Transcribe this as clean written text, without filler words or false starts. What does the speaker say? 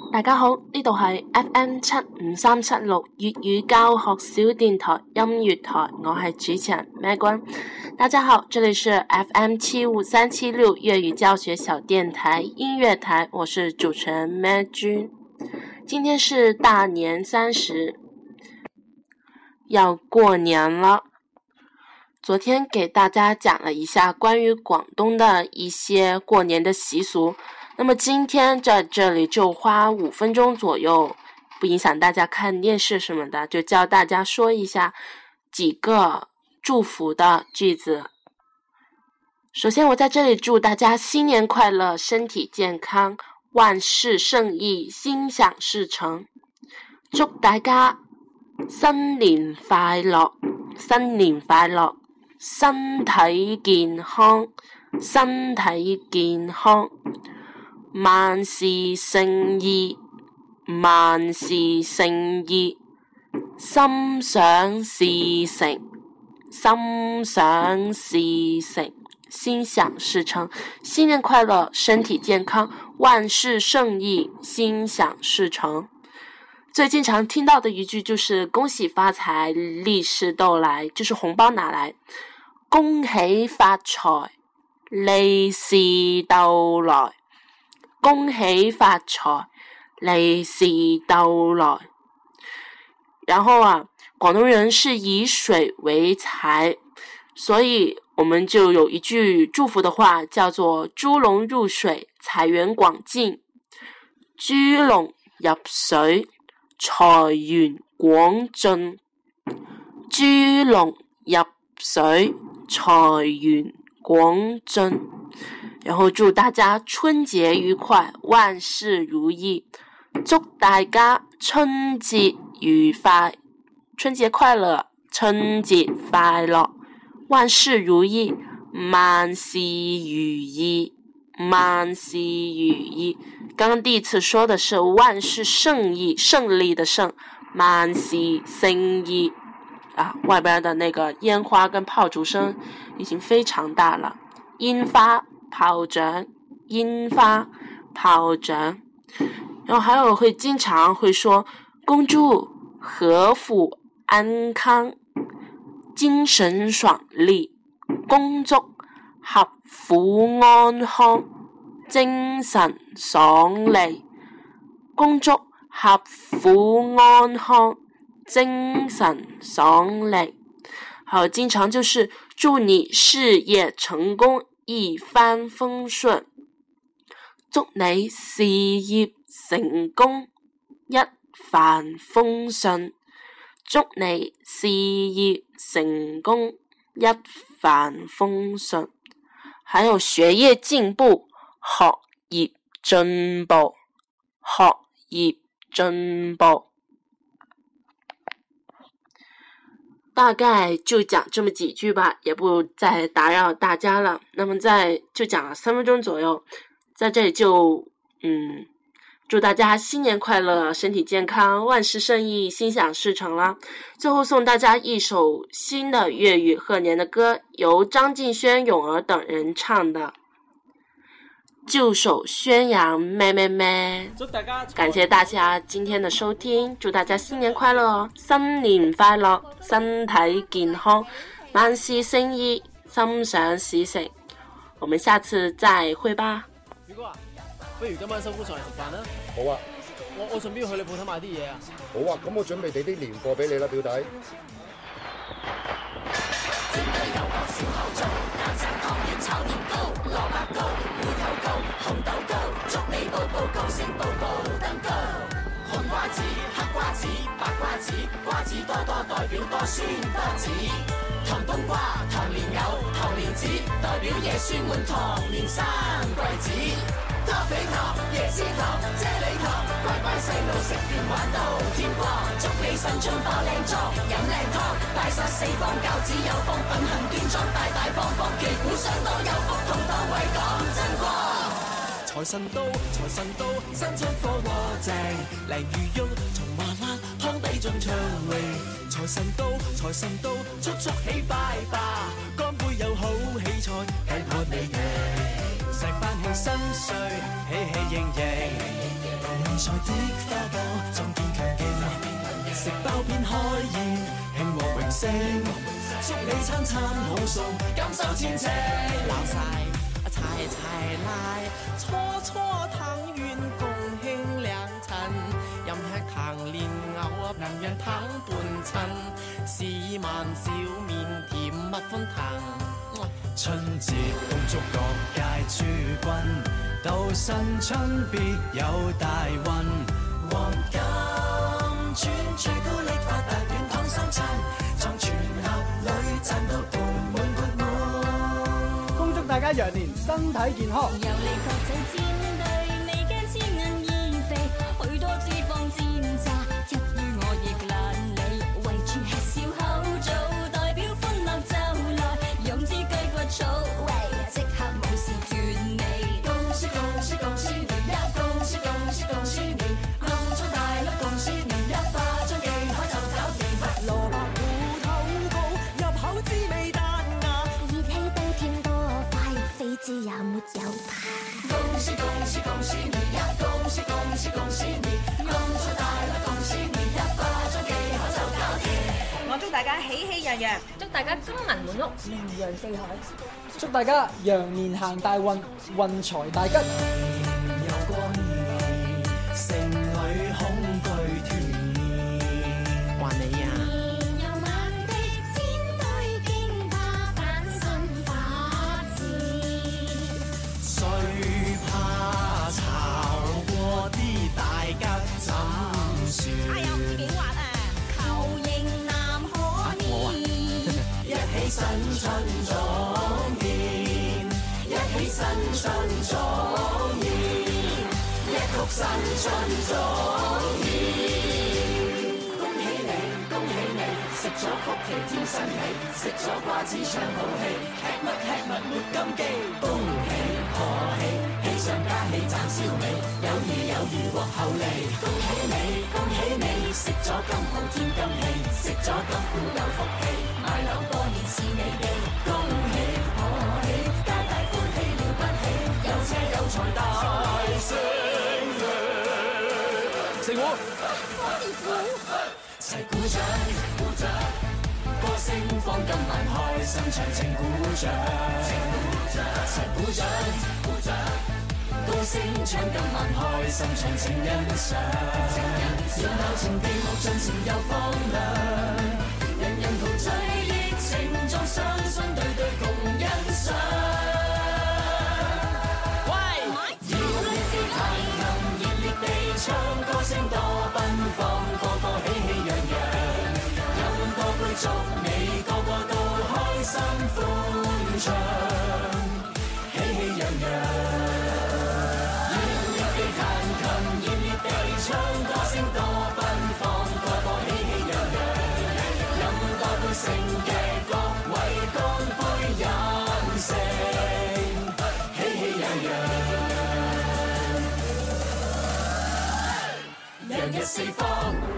大家好，呢度係 FM75376粵語教學小電台音樂台，我係主持人 Megan。大家好，這裡是 FM75376粵語教學小電台音樂台，我是主持人 Megan。今天是大年30，要過年了。昨天給大家講了一下關於廣東的一些過年的習俗，那麼今天在這裡就花5分鐘左右，不影響大家看電視什麼的，就教大家說一下幾個祝福的句子。首先我在這裡祝大家新年快樂，身體健康，萬事勝意，心想事成。祝大家新年快樂，新年快樂，身體健康，身體健康，萬事勝意，萬事勝意，心想事成，心想事成，心想事成。新年快樂，身體健康，萬事勝意，心想事成。最經常聽到的一句就是恭喜發財，利是逗來，就是紅包拿來。恭喜發財，利是逗來，恭喜發財，利是逗來。然後廣東人是以水為財，所以我們就有一句祝福的話，叫做豬籠入水，財源廣進。豬籠入水，財源廣進。豬籠入水，財源廣進。然後祝大家春節愉快，萬事如意。祝大家春節愉快，春節快樂，春節快樂，萬事如意，萬事如意，萬事如意。剛剛第一次說的是萬事勝意，勝利的勝，萬事勝意。外邊的那個煙花跟炮竹聲已經非常大了，煙花炮仗，煙花炮仗。然後還有會經常會說恭祝賀福安康，精神爽利，恭祝合府安康，精神爽利，恭祝合府安康，精神爽利。還有經常就是祝你事業成功，一帆風順，祝你事業成功，一帆風順，祝你事業成功，一帆風順。還有學業進步，學業進步，學業進步。大概就講這麼幾句吧，也不再打擾大家了。那麼就講了3分鐘左右，在這裡就祝大家新年快樂，身體健康，萬事勝意，心想事成啦。最後送大家一首新的粵語賀年的歌，由張敬軒、詠兒等人唱的舊手宣揚咩咩咩。感謝大家今天的收聽，祝大家新年快樂，新年快樂，身體健康，萬事勝意，心想事成。我們下次再會吧。 表哥不如今晚收工上嚟食飯啦。 好啊， 我順便去你鋪頭買啲嘢啊。 好啊，咁我準備俾啲年貨俾你啦，表弟。 瓜子多多代表多酸多子，糖冬瓜、糖蓮藕、糖蓮子，代表爺孫滿堂年生貴子。多比糖、椰絲糖、啫喱糖，乖乖細路食完玩到天光。祝你新春貨靚裝，飲靚湯，大殺四方餃子有風，品行端莊，大大方方，旗鼓相當有福，同當為講真光。財神到，財神到，新春貨和正，靚如玉，從麻辣湯底盡暢味。財神到，財神到，速速起快吧，乾杯有好喜菜，緊看你哋，成班慶新歲，喜氣盈盈。 菜的花朵，壯健強勁，食飽便開宴，慶獲榮升，祝你餐餐好餸，減收千尺。 老晒柴來，搓搓湯圓共慶良辰，飲吃糖蓮藕，能讓糖伴襯，市萬小面甜蜜歡騰。 春節恭祝各界諸君，到新春必有大運。黃金村最高力發達，遠堂相親，藏全盒裏賺到盆滿缽滿。 恭祝大家羊年身體健康。 由你國際戰隊，你嘅千銀已肥，許多脂肪煎炸，一於我亦懶理，圍住吃燒烤做，代表歡樂就來，用支雞骨草，喂，即刻冇事斷尾。 恭喜恭喜恭喜你呀！恭喜恭喜恭喜你，暗中大粒恭喜你，一化妝技巧就搞掂。 蘿蔔芋頭糕，入口滋味彈牙， 熱氣都甜多快，飛滋也沒有怕。 恭喜恭喜恭喜你呀！恭喜恭喜恭喜你，暗中大粒恭喜你，一化妝技巧就搞掂。 我祝大家喜氣洋洋， 祝大家金銀滿屋，名揚四海。 祝大家羊年行大運，運財大吉。 有光意，城裏恐懼團圓。 還你啊！ 年又萬的千堆驚怕反身法治。 最怕炒過啲大吉怎算？ 哎呀，唔知幾滑啊！ 求型男可憐， 一起新春壯健，一起新春壯健，一曲新春壯健。恭喜你，恭喜你，食咗曲奇添新氣，食咗瓜子唱好戲，吃物沒禁忌。恭喜賀喜，喜上加喜賺燒味，有餘獲厚利。恭喜你，恭喜你，食咗金蠔添金氣，食咗金股有福氣，買樓過年是你哋。恭喜賀喜，皆大歡喜了不起，有車有財大升氣。 食糊， 齊鼓掌，鼓掌，歌聲放今晚開心場，情鼓掌，齊鼓掌，鼓掌，歌聲唱今晚開心場，情欣賞，熱鬧情地無盡情又放亮，人人同聚熱情壯，相信對對共欣賞。熱烈地唱，歌聲多奔放，個個喜氣洋洋，飲多杯祝你個個都開心歡暢，喜氣洋洋。熱烈地彈琴，熱烈地唱，歌聲多奔放，個個喜氣洋洋，飲多杯勝嘅各位乾杯飲食，喜氣洋洋。洋溢四方。